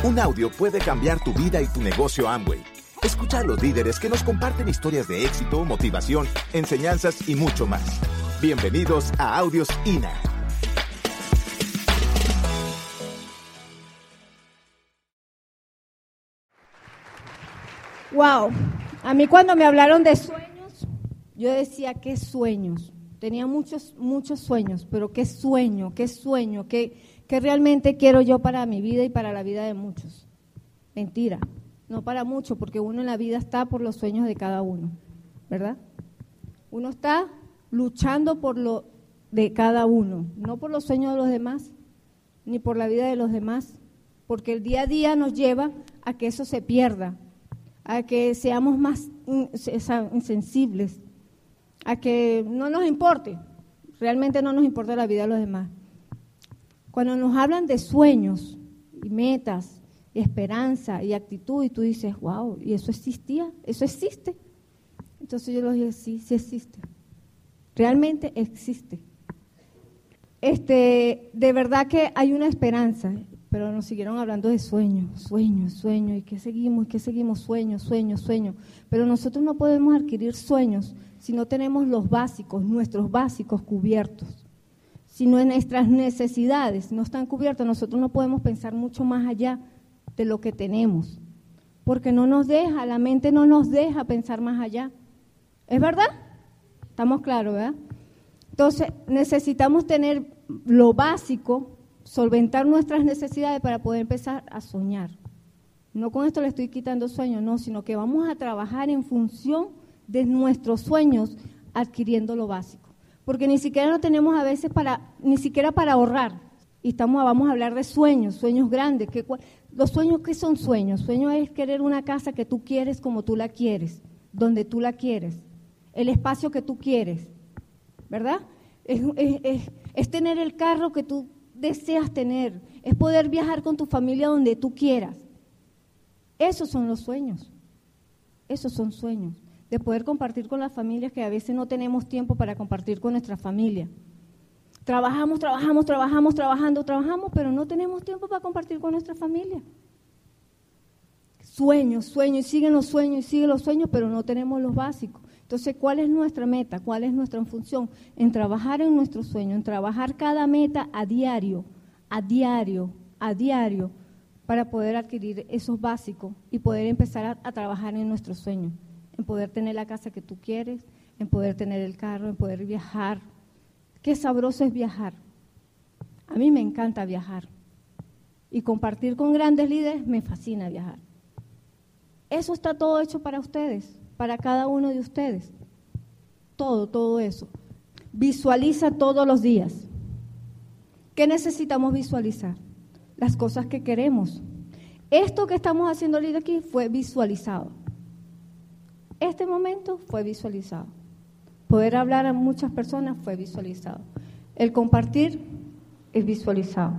Un audio puede cambiar tu vida y tu negocio Amway. Escucha a los líderes que nos comparten historias de éxito, motivación, enseñanzas y mucho más. Bienvenidos a Audios INA. Wow, a mí cuando me hablaron de sueños, yo decía, ¿qué sueños? Tenía muchos sueños, pero ¿qué sueño? ¿Qué realmente quiero yo para mi vida y para la vida de muchos? Mentira, no para muchos, porque uno en la vida está por los sueños de cada uno, ¿verdad? Uno está luchando por lo de cada uno, no por los sueños de los demás, ni por la vida de los demás, porque el día a día nos lleva a que eso se pierda, a que seamos más insensibles, a que no nos importe, realmente no nos importa la vida de los demás. Cuando nos hablan de sueños y metas, y esperanza y actitud, y tú dices, wow, ¿y eso existía? ¿Eso existe? Entonces yo les dije, sí existe, realmente existe. De verdad que hay una esperanza, pero nos siguieron hablando de sueños, ¿y qué seguimos? Sueños. Pero nosotros no podemos adquirir sueños si no tenemos nuestros básicos cubiertos. Si nuestras necesidades no están cubiertas, nosotros no podemos pensar mucho más allá de lo que tenemos, porque la mente no nos deja pensar más allá. ¿Es verdad? Estamos claros, ¿verdad? Entonces, necesitamos tener lo básico, solventar nuestras necesidades para poder empezar a soñar. No con esto le estoy quitando sueños, no, sino que vamos a trabajar en función de nuestros sueños adquiriendo lo básico. Porque ni siquiera lo tenemos a veces ni siquiera para ahorrar. Y vamos a hablar de sueños grandes. Los sueños, ¿qué son sueños? Sueños es querer una casa que tú quieres como tú la quieres, donde tú la quieres, el espacio que tú quieres, ¿verdad? Es tener el carro que tú deseas tener, es poder viajar con tu familia donde tú quieras. Esos son los sueños, de poder compartir con las familias que a veces no tenemos tiempo para compartir con nuestra familia. Trabajamos, pero no tenemos tiempo para compartir con nuestra familia. Sueños, y siguen los sueños, pero no tenemos los básicos. Entonces, ¿cuál es nuestra meta? ¿Cuál es nuestra función? En trabajar en nuestro sueño, en trabajar cada meta a diario, para poder adquirir esos básicos y poder empezar a trabajar en nuestro sueño, en poder tener la casa que tú quieres, en poder tener el carro, en poder viajar. Qué sabroso es viajar. A mí me encanta viajar. Y compartir con grandes líderes, me fascina viajar. Eso está todo hecho para ustedes, para cada uno de ustedes. Todo eso. Visualiza todos los días. ¿Qué necesitamos visualizar? Las cosas que queremos. Esto que estamos haciendo ahorita aquí fue visualizado. Este momento fue visualizado. Poder hablar a muchas personas fue visualizado. El compartir es visualizado.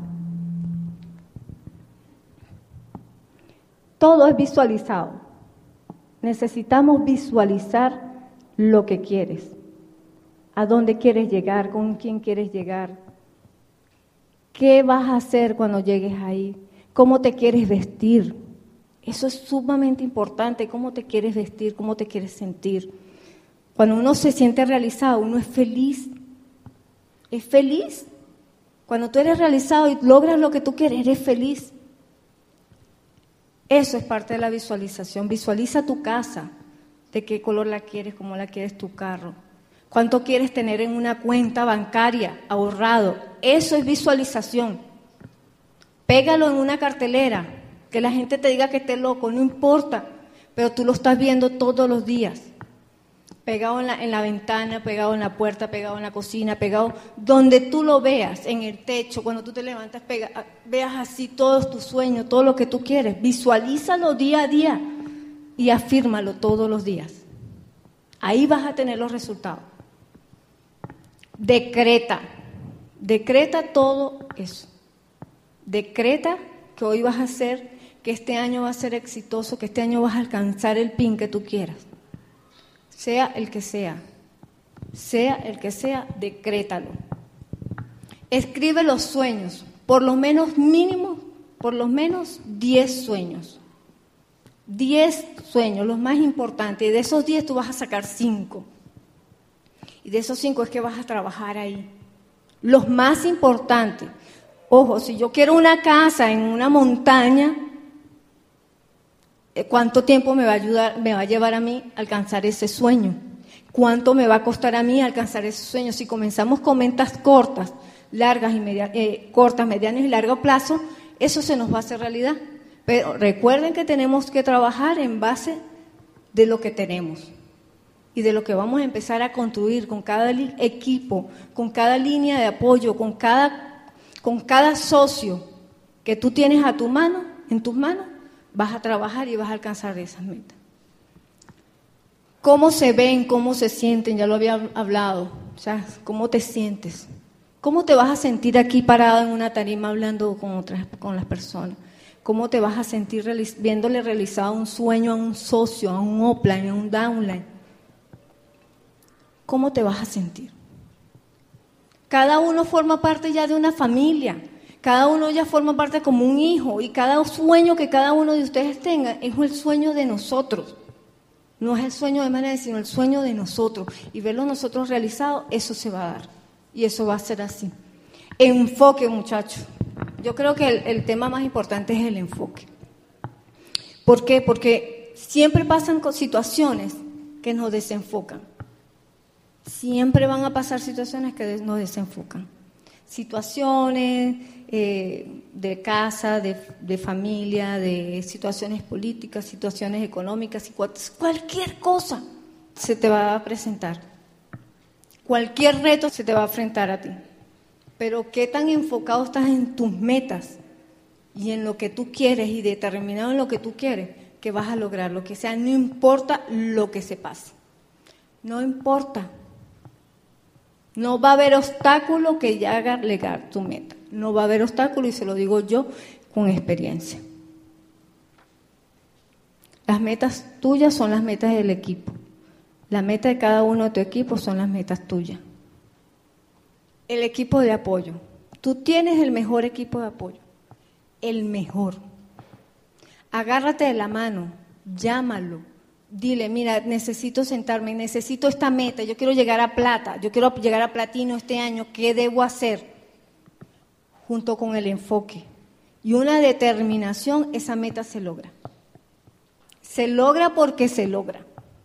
Todo es visualizado. Necesitamos visualizar lo que quieres, a dónde quieres llegar, con quién quieres llegar, qué vas a hacer cuando llegues ahí, cómo te quieres vestir. Eso es sumamente importante, cómo te quieres vestir, cómo te quieres sentir. Cuando uno se siente realizado, uno es feliz. Es feliz. Cuando tú eres realizado y logras lo que tú quieres, eres feliz. Eso es parte de la visualización. Visualiza tu casa, de qué color la quieres, cómo la quieres, tu carro. ¿Cuánto quieres tener en una cuenta bancaria ahorrado? Eso es visualización. Pégalo en una cartelera, que la gente te diga que estés loco, no importa, pero tú lo estás viendo todos los días. Pegado en la ventana, pegado en la puerta, pegado en la cocina, pegado donde tú lo veas, en el techo, cuando tú te levantas, veas así todos tus sueños, todo lo que tú quieres. Visualízalo día a día y afírmalo todos los días. Ahí vas a tener los resultados. Decreta todo eso. Decreta que hoy vas a hacer, que este año va a ser exitoso, que este año vas a alcanzar el pin que tú quieras. Sea el que sea, decrétalo. Escribe los sueños, por lo menos mínimo por lo menos 10 sueños. 10 sueños, los más importantes. Y de esos 10 tú vas a sacar 5. Y de esos 5 es que vas a trabajar ahí. Los más importantes. Ojo, si yo quiero una casa en una montaña, ¿cuánto tiempo me va a llevar a mí a alcanzar ese sueño? ¿Cuánto me va a costar a mí alcanzar ese sueño? Si comenzamos con metas cortas, largas y cortas, medianas y largo plazo, eso se nos va a hacer realidad. Pero recuerden que tenemos que trabajar en base de lo que tenemos y de lo que vamos a empezar a construir con cada equipo, con cada línea de apoyo, con cada socio que tú tienes en tus manos, vas a trabajar y vas a alcanzar esas metas. ¿Cómo se ven? ¿Cómo se sienten? Ya lo había hablado. O sea, ¿cómo te sientes? ¿Cómo te vas a sentir aquí parado en una tarima hablando con las personas? ¿Cómo te vas a sentir viéndole realizado un sueño a un socio, a un upline, a un downline? ¿Cómo te vas a sentir? Cada uno forma parte ya de una familia. Cada uno ya forma parte como un hijo. Y cada sueño que cada uno de ustedes tenga es el sueño de nosotros. No es el sueño de Manuel, sino el sueño de nosotros. Y verlo nosotros realizado, eso se va a dar. Y eso va a ser así. Enfoque, muchachos. Yo creo que el tema más importante es el enfoque. ¿Por qué? Porque siempre pasan situaciones que nos desenfocan. Siempre van a pasar situaciones que nos desenfocan. Situaciones de casa, de familia, de situaciones políticas, situaciones económicas, cualquier cosa se te va a presentar. Cualquier reto se te va a enfrentar a ti. Pero qué tan enfocado estás en tus metas y en lo que tú quieres y determinado en lo que tú quieres, que vas a lograr lo que sea, no importa lo que se pase. No importa. No va a haber obstáculo que ya haga llegar tu meta. No va a haber obstáculo, y se lo digo yo con experiencia. Las metas tuyas son las metas del equipo. La meta de cada uno de tu equipo son las metas tuyas. El equipo de apoyo. Tú tienes el mejor equipo de apoyo. El mejor. Agárrate de la mano, llámalo. Dile, mira, necesito sentarme, necesito esta meta, yo quiero llegar a plata, yo quiero llegar a platino este año, ¿qué debo hacer? Junto con el enfoque y una determinación, esa meta se logra. Se logra porque se logra.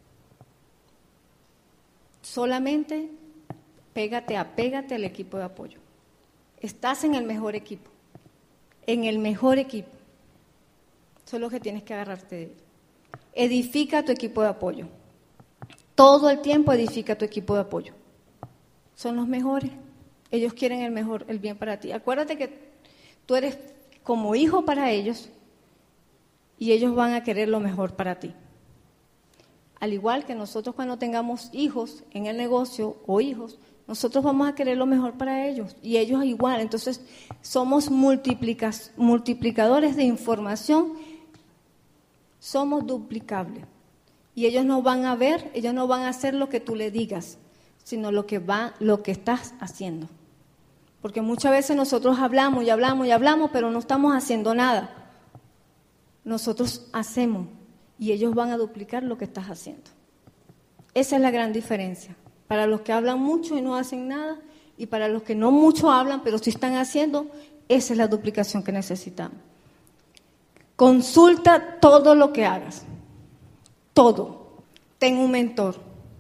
Solamente apégate al equipo de apoyo. Estás en el mejor equipo, en el mejor equipo. Eso es lo que tienes que agarrarte de él. Edifica tu equipo de apoyo. Todo el tiempo edifica tu equipo de apoyo. Son los mejores. Ellos quieren el bien para ti. Acuérdate que tú eres como hijo para ellos y ellos van a querer lo mejor para ti. Al igual que nosotros cuando tengamos hijos en el negocio o hijos, nosotros vamos a querer lo mejor para ellos y ellos igual. Entonces somos multiplicadores de información. Somos duplicables y ellos no van a ver, ellos no van a hacer lo que tú le digas, sino lo que estás haciendo. Porque muchas veces nosotros hablamos y hablamos y hablamos, pero no estamos haciendo nada. Nosotros hacemos y ellos van a duplicar lo que estás haciendo. Esa es la gran diferencia. Para los que hablan mucho y no hacen nada, y para los que no mucho hablan, pero sí están haciendo, esa es la duplicación que necesitamos. Consulta todo lo que hagas, todo. Ten un mentor.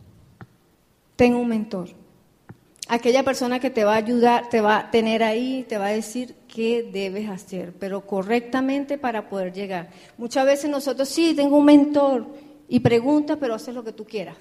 Aquella persona que te va a ayudar, te va a tener ahí, te va a decir qué debes hacer, pero correctamente para poder llegar. Muchas veces nosotros, sí, tengo un mentor, y pregunta, pero haces lo que tú quieras.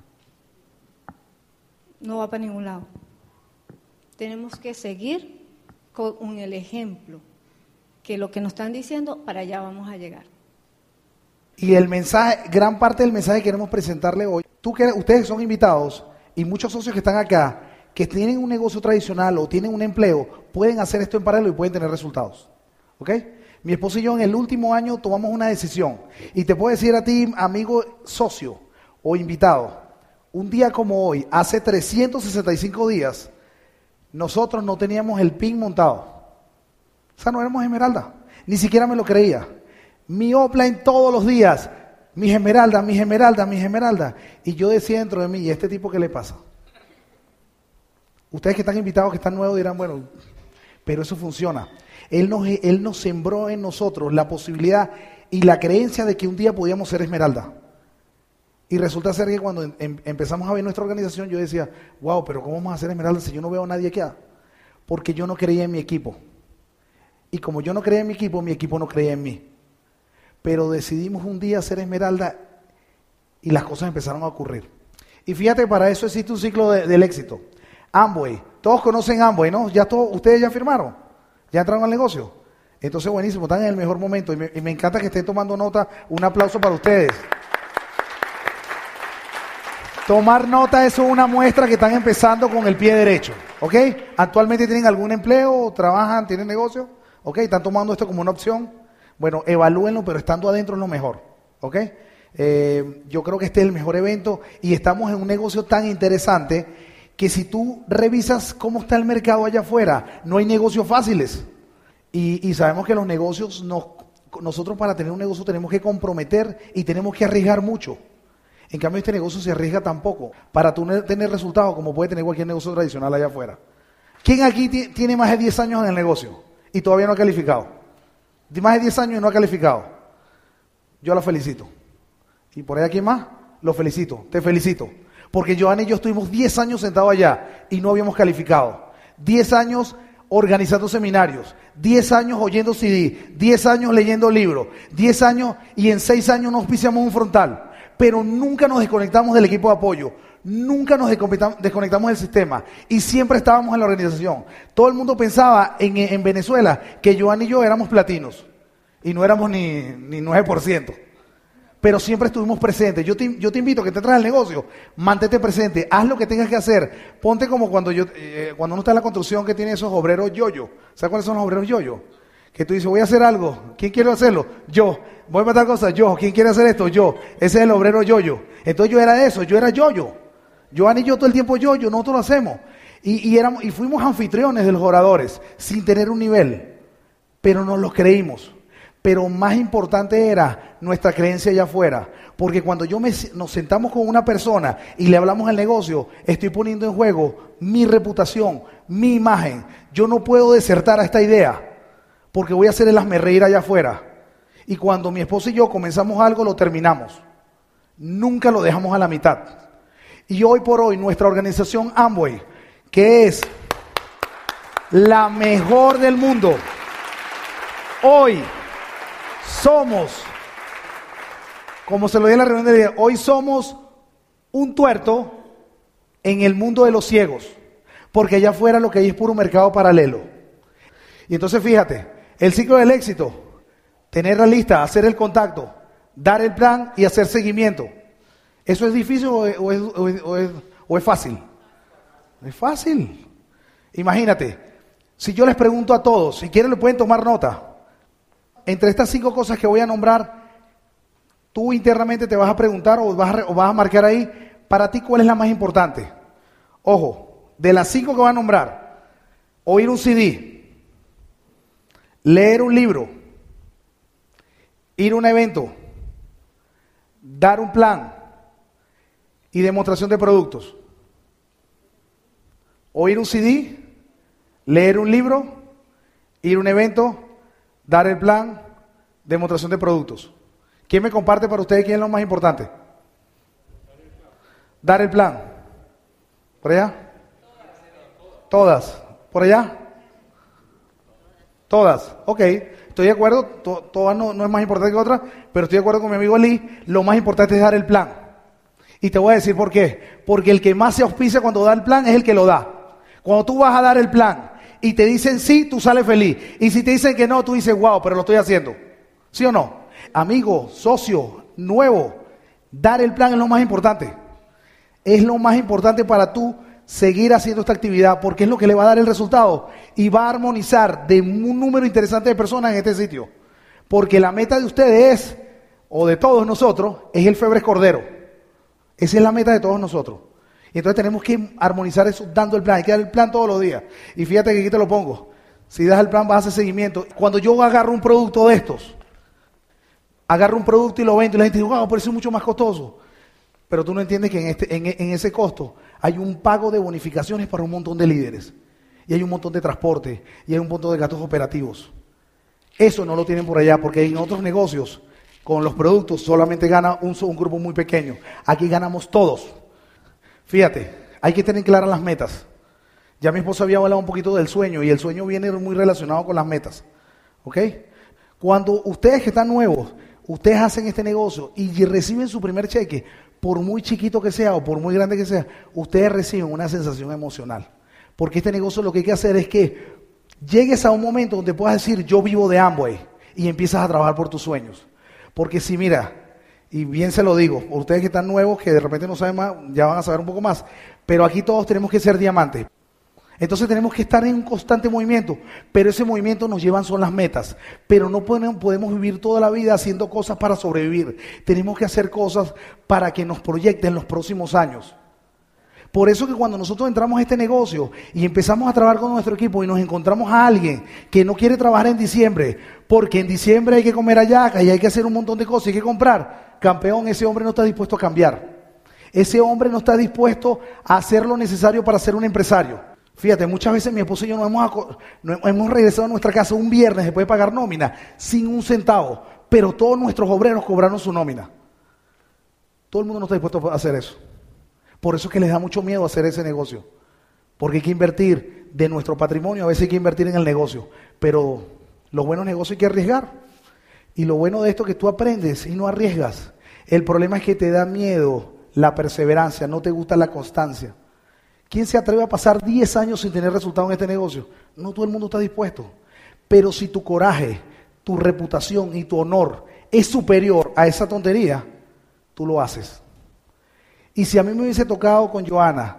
No va para ningún lado. Tenemos que seguir con el ejemplo. Que lo que nos están diciendo, para allá vamos a llegar. Y el mensaje, gran parte del mensaje que queremos presentarle hoy, ustedes son invitados y muchos socios que están acá, que tienen un negocio tradicional o tienen un empleo, pueden hacer esto en paralelo y pueden tener resultados. ¿Ok? Mi esposo y yo en el último año tomamos una decisión y te puedo decir a ti, amigo socio o invitado, un día como hoy, hace 365 días, nosotros no teníamos el PIN montado. O sea, no éramos Esmeralda. Ni siquiera me lo creía. Mi offline todos los días, mis esmeraldas, mis esmeraldas, mis esmeraldas. Y yo decía dentro de mí, ¿y a este tipo qué le pasa? Ustedes que están invitados, que están nuevos, dirán, bueno, pero eso funciona. Él nos sembró en nosotros la posibilidad y la creencia de que un día podíamos ser esmeralda. Y resulta ser que cuando empezamos a ver nuestra organización, yo decía, wow, pero ¿cómo vamos a ser esmeralda si yo no veo a nadie acá? Porque yo no creía en mi equipo. Y como yo no creía en mi equipo no creía en mí. Pero decidimos un día ser esmeralda y las cosas empezaron a ocurrir. Y fíjate, para eso existe un ciclo del éxito. Amway, todos conocen Amway, ¿no? ¿Ustedes ya firmaron? ¿Ya entraron al negocio? Entonces, buenísimo, están en el mejor momento. Y me encanta que estén tomando nota. Un aplauso para ustedes. Tomar nota, eso es una muestra que están empezando con el pie derecho, ¿ok? ¿Actualmente tienen algún empleo? ¿Trabajan? ¿Tienen negocio? ¿Ok? ¿Están tomando esto como una opción? Bueno, evalúenlo, pero estando adentro es lo mejor, ¿ok? Yo creo que este es el mejor evento y estamos en un negocio tan interesante que si tú revisas cómo está el mercado allá afuera, no hay negocios fáciles. Y sabemos que los negocios, nosotros para tener un negocio tenemos que comprometer y tenemos que arriesgar mucho. En cambio, este negocio se arriesga tan poco para tú tener resultados como puede tener cualquier negocio tradicional allá afuera. ¿Quién aquí tiene más de 10 años en el negocio y todavía no ha calificado? Más de 10 años y no ha calificado. Yo lo felicito. ¿Y por ahí aquí más? Lo felicito, te felicito. Porque Joan y yo estuvimos 10 años sentados allá y no habíamos calificado. 10 años organizando seminarios, 10 años oyendo CD, 10 años leyendo libros, 10 años y en 6 años nos pisamos un frontal. Pero nunca nos desconectamos del equipo de apoyo, nunca nos desconectamos del sistema y siempre estábamos en la organización. Todo el mundo pensaba en Venezuela que Joan y yo éramos platinos y no éramos ni 9%. Pero siempre estuvimos presentes. Yo te invito a que te traes al negocio, mantente presente, haz lo que tengas que hacer. Ponte como cuando uno está en la construcción que tiene esos obreros yo-yo. ¿Sabes cuáles son los obreros yo-yo? Que tú dices, voy a hacer algo. ¿Quién quiere hacerlo? Yo. Voy a matar cosas. Yo. ¿Quién quiere hacer esto? Yo. Ese es el obrero yo-yo. Entonces yo era eso. Yo era yo-yo. Joan y yo todo el tiempo yo-yo. Nosotros lo hacemos. Y fuimos anfitriones de los oradores sin tener un nivel. Pero nos los creímos. Pero más importante era nuestra creencia allá afuera. Porque cuando nos sentamos con una persona y le hablamos del negocio, estoy poniendo en juego mi reputación, mi imagen. Yo no puedo desertar a esta idea. Porque voy a hacer el hazmerreír allá afuera. Y cuando mi esposa y yo comenzamos algo, lo terminamos. Nunca lo dejamos a la mitad. Y hoy por hoy, nuestra organización Amway, que es la mejor del mundo, hoy somos, como se lo di en la reunión de día, hoy somos un tuerto en el mundo de los ciegos. Porque allá afuera lo que hay es puro mercado paralelo. Y entonces fíjate, el ciclo del éxito, tener la lista, hacer el contacto, dar el plan y hacer seguimiento. ¿Eso es difícil o es fácil? Es fácil. Imagínate, si yo les pregunto a todos, si quieren le pueden tomar nota. Entre estas 5 cosas que voy a nombrar, tú internamente te vas a preguntar o vas a marcar ahí, para ti, ¿cuál es la más importante? Ojo, de las 5 que voy a nombrar, oír un CD, leer un libro, ir a un evento, dar un plan y demostración de productos. Oír un CD, leer un libro, ir a un evento, dar el plan, demostración de productos. ¿Quién me comparte para ustedes quién es lo más importante? Dar el plan. ¿Por allá? Todas. ¿Por allá? Todas, ok, estoy de acuerdo, todas no es más importante que otras, pero estoy de acuerdo con mi amigo Ali, lo más importante es dar el plan. Y te voy a decir por qué, porque el que más se auspicia cuando da el plan es el que lo da. Cuando tú vas a dar el plan y te dicen sí, tú sales feliz, y si te dicen que no, tú dices wow, pero lo estoy haciendo, ¿sí o no? Amigo, socio, nuevo, dar el plan es lo más importante. Es lo más importante para tú seguir haciendo esta actividad porque es lo que le va a dar el resultado y va a armonizar de un número interesante de personas en este sitio. Porque la meta de ustedes, o de todos nosotros, es el Febres Cordero. Esa es la meta de todos nosotros. Y entonces tenemos que armonizar eso dando el plan. Hay que dar el plan todos los días. Y fíjate que aquí te lo pongo. Si das el plan, vas a hacer seguimiento. Cuando yo agarro un producto de estos, agarro un producto y lo vendo y la gente dice, wow, pero eso es mucho más costoso. Pero tú no entiendes que en ese costo hay un pago de bonificaciones para un montón de líderes. Y hay un montón de transporte. Y hay un montón de gastos operativos. Eso no lo tienen por allá porque en otros negocios, con los productos, solamente gana un grupo muy pequeño. Aquí ganamos todos. Fíjate, hay que tener claras las metas. Ya mi esposa había hablado un poquito del sueño y el sueño viene muy relacionado con las metas. ¿Ok? Cuando ustedes que están nuevos, ustedes hacen este negocio y reciben su primer cheque, por muy chiquito que sea o por muy grande que sea, ustedes reciben una sensación emocional. Porque este negocio lo que hay que hacer es que llegues a un momento donde puedas decir, yo vivo de Amway, y empiezas a trabajar por tus sueños. Porque si mira, y bien se lo digo, ustedes que están nuevos, que de repente no saben más, ya van a saber un poco más, pero aquí todos tenemos que ser diamantes. Entonces tenemos que estar en un constante movimiento, pero ese movimiento nos llevan son las metas. Pero no podemos vivir toda la vida haciendo cosas para sobrevivir. Tenemos que hacer cosas para que nos proyecten los próximos años. Por eso que cuando nosotros entramos a este negocio y empezamos a trabajar con nuestro equipo y nos encontramos a alguien que no quiere trabajar en diciembre, porque en diciembre hay que comer hallaca y hay que hacer un montón de cosas y hay que comprar, campeón, ese hombre no está dispuesto a cambiar. Ese hombre no está dispuesto a hacer lo necesario para ser un empresario. Fíjate, muchas veces mi esposo y yo hemos regresado a nuestra casa un viernes después de pagar nómina, sin un centavo, pero todos nuestros obreros cobraron su nómina. Todo el mundo no está dispuesto a hacer eso. Por eso es que les da mucho miedo hacer ese negocio, porque hay que invertir de nuestro patrimonio, a veces hay que invertir en el negocio, pero los buenos negocios hay que arriesgar. Y lo bueno de esto es que tú aprendes y no arriesgas. El problema es que te da miedo la perseverancia, no te gusta la constancia. ¿Quién se atreve a pasar 10 años sin tener resultado en este negocio? No todo el mundo está dispuesto. Pero si tu coraje, tu reputación y tu honor es superior a esa tontería, tú lo haces. Y si a mí me hubiese tocado con Joana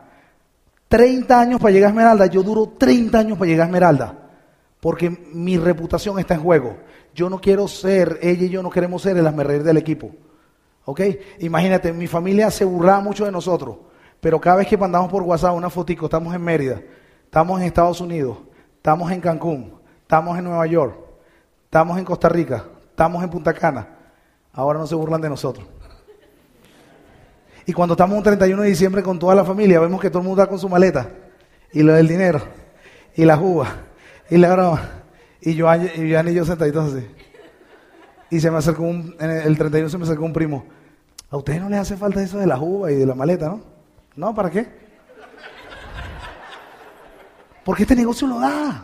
30 años para llegar a Esmeralda, yo duro 30 años para llegar a Esmeralda. Porque mi reputación está en juego. Yo no quiero ser, ella y yo no queremos ser el hazmerreír del equipo. ¿Ok? Imagínate, mi familia se burlaba mucho de nosotros. Pero cada vez que mandamos por WhatsApp una fotico, estamos en Mérida, estamos en Estados Unidos, estamos en Cancún, estamos en Nueva York, estamos en Costa Rica, estamos en Punta Cana. Ahora no se burlan de nosotros. Y cuando estamos un 31 de diciembre con toda la familia, vemos que todo el mundo está con su maleta, y lo del dinero, y las uvas, y la broma, y Joan y yo sentaditos así. Y se me acercó el 31 se me acercó un primo. ¿A ustedes no les hace falta eso de las uvas y de la maleta, no? No, ¿para qué? Porque este negocio lo da.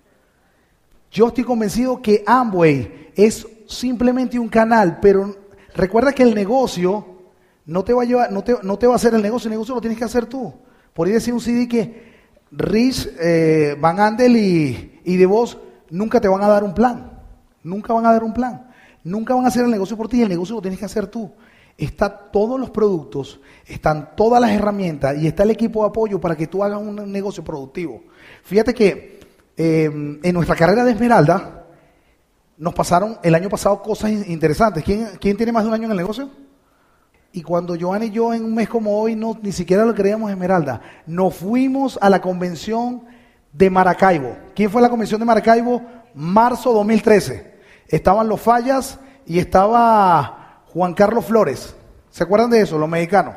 Yo estoy convencido que Amway es simplemente un canal, pero recuerda que el negocio no te va a llevar, no te va a hacer el negocio lo tienes que hacer tú. Por ahí decía un CD que Rich, Van Andel y DeVos nunca te van a dar un plan. Nunca van a dar un plan. Nunca van a hacer el negocio por ti, el negocio lo tienes que hacer tú. Están todos los productos, están todas las herramientas y está el equipo de apoyo para que tú hagas un negocio productivo. Fíjate que en nuestra carrera de Esmeralda nos pasaron el año pasado cosas interesantes. ¿Quién tiene más de un año en el negocio? Y cuando Joan y yo en un mes como hoy ni siquiera lo creíamos Esmeralda, nos fuimos a la convención de Maracaibo. ¿Quién fue a la convención de Maracaibo? Marzo 2013. Estaban los Fallas y estaba Juan Carlos Flores. ¿Se acuerdan de eso, los mexicanos?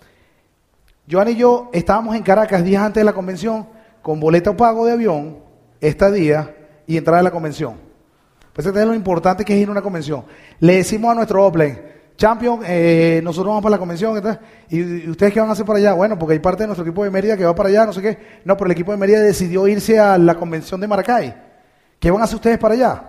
Joan y yo estábamos en Caracas días antes de la convención con boleto pago de avión, estadía y entrada a la convención. Pues es lo importante que es ir a una convención. Le decimos a nuestro offline, Champion, nosotros vamos para la convención, ¿y ustedes qué van a hacer para allá? Bueno, porque hay parte de nuestro equipo de Mérida que va para allá, no sé qué. No, pero el equipo de Mérida decidió irse a la convención de Maracay. ¿Qué van a hacer ustedes para allá?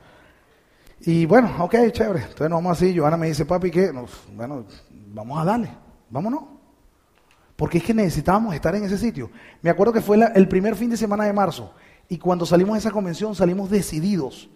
Y bueno, ok, chévere. Entonces nos vamos así. Joana me dice, papi, ¿qué? Bueno, vamos a darle, vámonos. Porque es que necesitábamos estar en ese sitio. Me acuerdo que fue el primer fin de semana de marzo. Y cuando salimos de esa convención, salimos decididos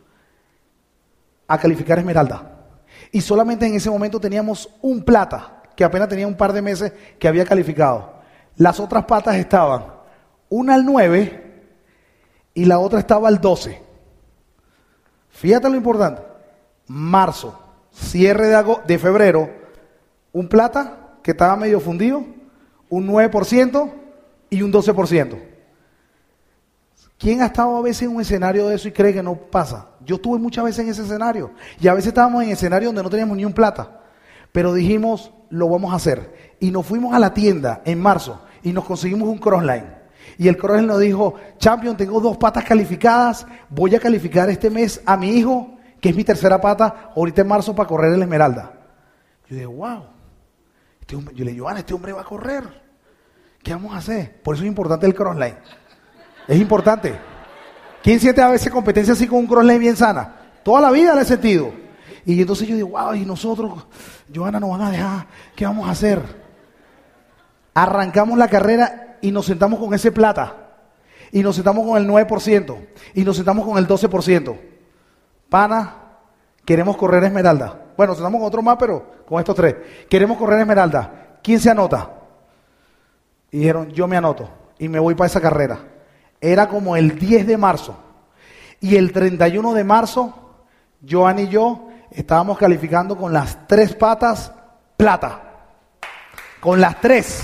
a calificar Esmeralda. Y solamente en ese momento teníamos un plata, que apenas tenía un par de meses que había calificado. Las otras patas estaban, una al 9 y la otra estaba al 12. Fíjate lo importante. Marzo, cierre de febrero, un plata que estaba medio fundido, un 9% y un 12%. ¿Quién ha estado a veces en un escenario de eso y cree que no pasa? Yo estuve muchas veces en ese escenario y a veces estábamos en escenarios donde no teníamos ni un plata, pero dijimos, lo vamos a hacer. Y nos fuimos a la tienda en marzo y nos conseguimos un crossline. Y el crossline nos dijo, Champion, tengo 2 patas calificadas, voy a calificar este mes a mi hijo, que es mi tercera pata, ahorita en marzo para correr el Esmeralda. Yo dije, wow. Yo le dije, Joana, este hombre va a correr. ¿Qué vamos a hacer? Por eso es importante el crossline. Es importante. ¿Quién siente a veces competencia así con un crossline bien sana? Toda la vida la he sentido. Y entonces yo digo, wow, y nosotros, Joana, nos van a dejar. ¿Qué vamos a hacer? Arrancamos la carrera y nos sentamos con ese plata. Y nos sentamos con el 9%. Y nos sentamos con el 12%. Pana, queremos correr Esmeralda. Bueno, nos sentamos con otro más, pero con estos 3. Queremos correr Esmeralda. ¿Quién se anota? Y dijeron, yo me anoto. Y me voy para esa carrera. Era como el 10 de marzo. Y el 31 de marzo, Joan y yo estábamos calificando con las 3 patas plata. Con las 3.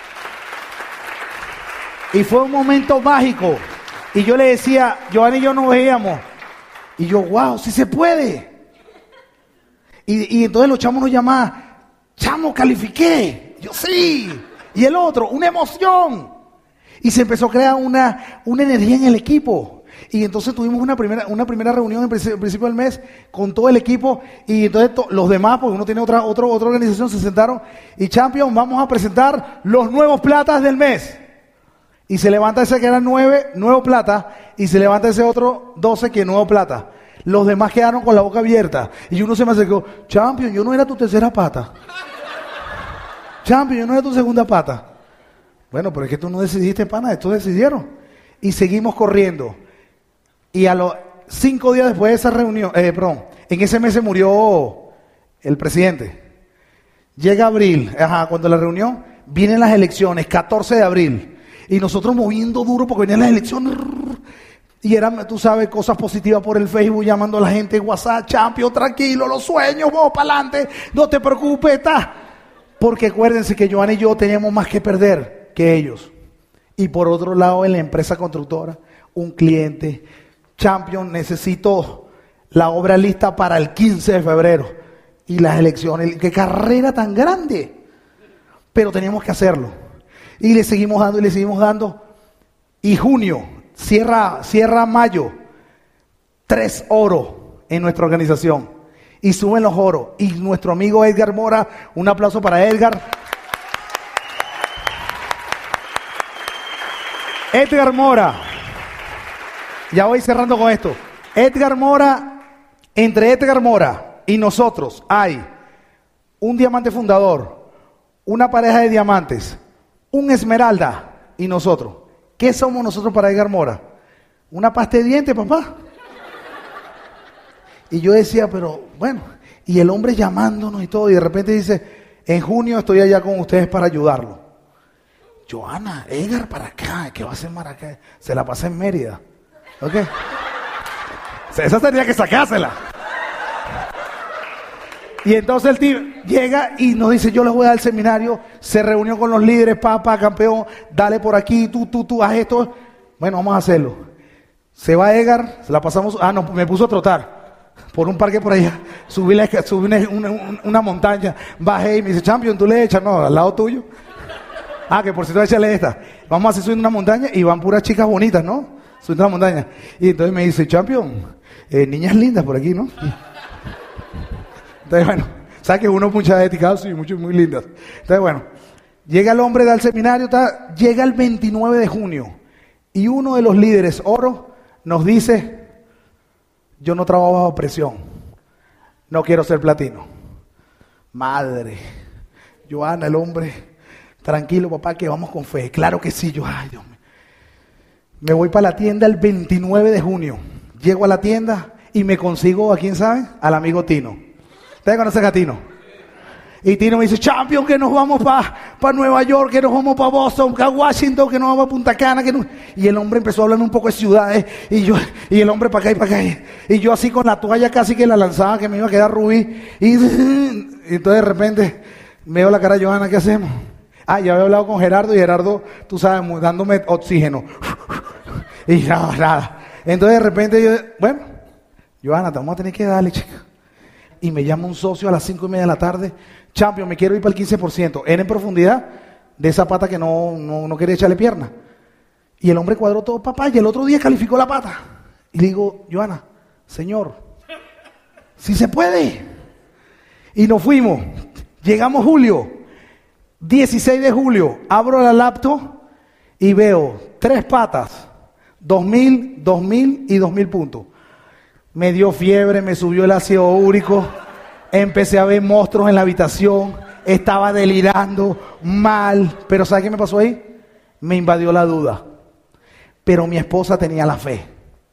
Y fue un momento mágico. Y yo le decía, Joan y yo nos veíamos. Y yo, wow, sí se puede. Y entonces los chamos nos llamaban, chamo, califiqué. Yo, sí. Y el otro, una emoción. Y se empezó a crear una energía en el equipo. Y entonces tuvimos una primera reunión en principio del mes con todo el equipo. Y entonces los demás, porque uno tiene otra organización, se sentaron. Y Champion, vamos a presentar los nuevos platas del mes. Y se levanta ese que era 9, nuevo plata. Y se levanta ese otro 12 que es nuevo plata. Los demás quedaron con la boca abierta. Y uno se me acercó, Champion, yo no era tu tercera pata. Champion, yo no era tu segunda pata. Bueno, pero es que tú no decidiste, pana, estos decidieron. Y seguimos corriendo. Y a los 5 días después de esa reunión, en ese mes se murió el presidente. Llega abril, cuando la reunión, vienen las elecciones, 14 de abril. Y nosotros moviendo duro porque venían las elecciones. Y eran, tú sabes, cosas positivas por el Facebook, llamando a la gente, WhatsApp, Champion, tranquilo, los sueños, vamos para adelante, no te preocupes, está. Porque acuérdense que Joan y yo teníamos más que perder que ellos. Y por otro lado, en la empresa constructora, un cliente, Champion, necesito la obra lista para el 15 de febrero. Y las elecciones, qué carrera tan grande. Pero teníamos que hacerlo. Y le seguimos dando y le seguimos dando. Y junio, cierra mayo, 3 oros en nuestra organización. Y suben los oros. Y nuestro amigo Edgar Mora, un aplauso para Edgar. Edgar Mora, ya voy cerrando con esto. Edgar Mora, entre Edgar Mora y nosotros hay un diamante fundador, una pareja de diamantes, un esmeralda y nosotros. ¿Qué somos nosotros para Edgar Mora? Una pasta de dientes, papá. Y yo decía, pero bueno, y el hombre llamándonos y todo, y de repente dice, en junio estoy allá con ustedes para ayudarlo. Joana, Edgar para acá, ¿qué va a hacer Maracay? Se la pasa en Mérida. ¿Ok? Esa tenía que sacársela. Y entonces el tío llega y nos dice, yo les voy a dar el seminario, se reunió con los líderes, papá, campeón, dale por aquí, tú, haz esto. Bueno, vamos a hacerlo. Se va Edgar, se la pasamos, no, me puso a trotar por un parque por allá, subí una montaña, bajé y me dice, Champion, tú le echas, no, al lado tuyo. Que por cierto, échale esta. Vamos a hacer subir una montaña y van puras chicas bonitas, ¿no? Subiendo la montaña. Y entonces me dice, Champion, niñas lindas por aquí, ¿no? Entonces, bueno, sabes que uno muchas éticas y muchas muy lindas. Entonces, bueno, llega el hombre, da el seminario, llega el 29 de junio y uno de los líderes, Oro, nos dice, yo no trabajo bajo presión, no quiero ser platino. Madre, Joana, el hombre, tranquilo papá, que vamos con fe. Claro que sí, yo, ay Dios mío. Me voy para la tienda el 29 de junio, llego a la tienda y me consigo, ¿a quién sabe? Al amigo Tino. ¿Ustedes conocen a Tino? Y Tino me dice, Champion, que nos vamos para Nueva York, que nos vamos para Boston, para Washington, que nos vamos a Punta Cana. Y el hombre empezó a hablar un poco de ciudades, y el hombre para acá y para acá. Y yo así con la toalla casi que la lanzaba, que me iba a quedar rubí. Y entonces de repente veo la cara de Joana, ¿qué hacemos? Ya había hablado con Gerardo, y Gerardo, tú sabes, dándome oxígeno. Y nada. Entonces de repente yo, bueno, Johanna, te vamos a tener que darle, chica. Y me llama un socio a las 5:30 de la tarde. Champion, me quiero ir para el 15%. Era en profundidad de esa pata que no quería echarle pierna. Y el hombre cuadró todo, papá, y el otro día calificó la pata. Y le digo, Johanna, señor, si se puede. Y nos fuimos. Llegamos julio, 16 de julio, abro la laptop y veo 3 patas, 2.000, 2.000 y 2.000 puntos. Me dio fiebre, me subió el ácido úrico, empecé a ver monstruos en la habitación, estaba delirando, mal. Pero ¿sabe qué me pasó ahí? Me invadió la duda. Pero mi esposa tenía la fe.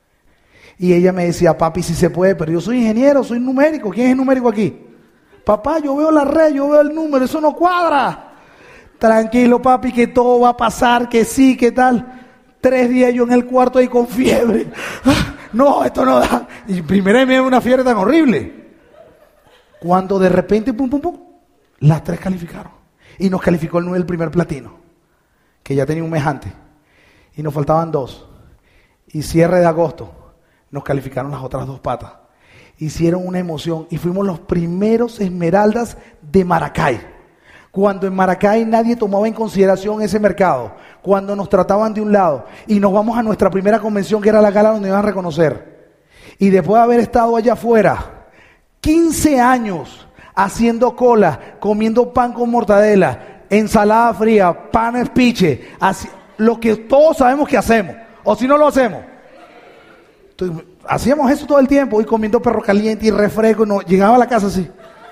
Y ella me decía, papi, si se puede, pero yo soy ingeniero, soy numérico. ¿Quién es el numérico aquí? Papá, yo veo la red, yo veo el número, eso no cuadra. Tranquilo, papi, que todo va a pasar, que sí, que tal. 3 días yo en el cuarto ahí con fiebre. No, esto no da. Y primero me dio una fiebre tan horrible. Cuando de repente, pum, pum, pum, las 3 calificaron. Y nos calificó el primer platino, que ya tenía un mes antes. Y nos faltaban 2. Y cierre de agosto, nos calificaron las otras 2 patas. Hicieron una emoción y fuimos los primeros esmeraldas de Maracay. Cuando en Maracay nadie tomaba en consideración ese mercado, cuando nos trataban de un lado y nos vamos a nuestra primera convención que era la gala donde iban a reconocer. Y después de haber estado allá afuera 15 años haciendo cola, comiendo pan con mortadela, ensalada fría, pan espiche, lo que todos sabemos que hacemos, o si no lo hacemos. Entonces, hacíamos eso todo el tiempo y comiendo perro caliente y refresco y no, llegaba a la casa así.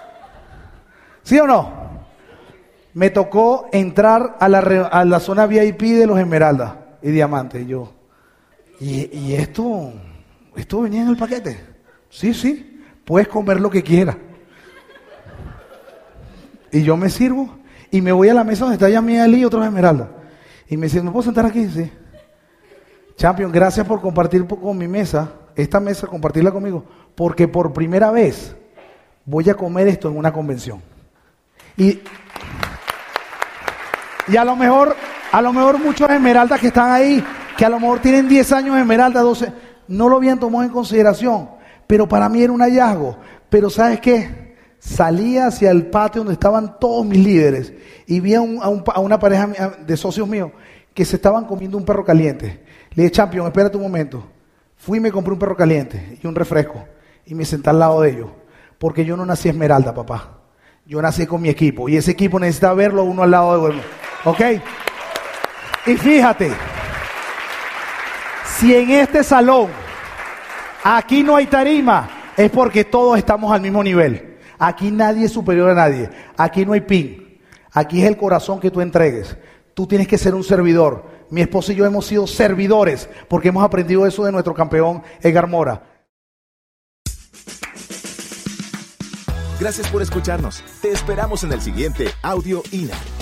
¿Sí o no? Me tocó entrar a la zona VIP de los Esmeraldas y Diamantes. Y yo, ¿y esto venía en el paquete? Sí, puedes comer lo que quieras. Y yo me sirvo y me voy a la mesa donde está Yamil y otros Esmeraldas. Y me dice, ¿me puedo sentar aquí? Sí. Champion, gracias por compartir con mi mesa, esta mesa, compartirla conmigo, porque por primera vez voy a comer esto en una convención. Y a lo mejor muchos esmeraldas que están ahí, que a lo mejor tienen 10 años de esmeralda, 12, no lo habían tomado en consideración, pero para mí era un hallazgo. Pero ¿sabes qué? Salí hacia el patio donde estaban todos mis líderes y vi a una pareja de socios míos que se estaban comiendo un perro caliente. Le dije, Champion, espérate un momento. Fui y me compré un perro caliente y un refresco y me senté al lado de ellos, porque yo no nací esmeralda, papá. Yo nací con mi equipo y ese equipo necesita verlo uno al lado de uno. ¿Ok? Y fíjate, si en este salón aquí no hay tarima, es porque todos estamos al mismo nivel. Aquí nadie es superior a nadie. Aquí no hay pin. Aquí es el corazón que tú entregues. Tú tienes que ser un servidor. Mi esposa y yo hemos sido servidores porque hemos aprendido eso de nuestro campeón Edgar Mora. Gracias por escucharnos. Te esperamos en el siguiente Audio INA.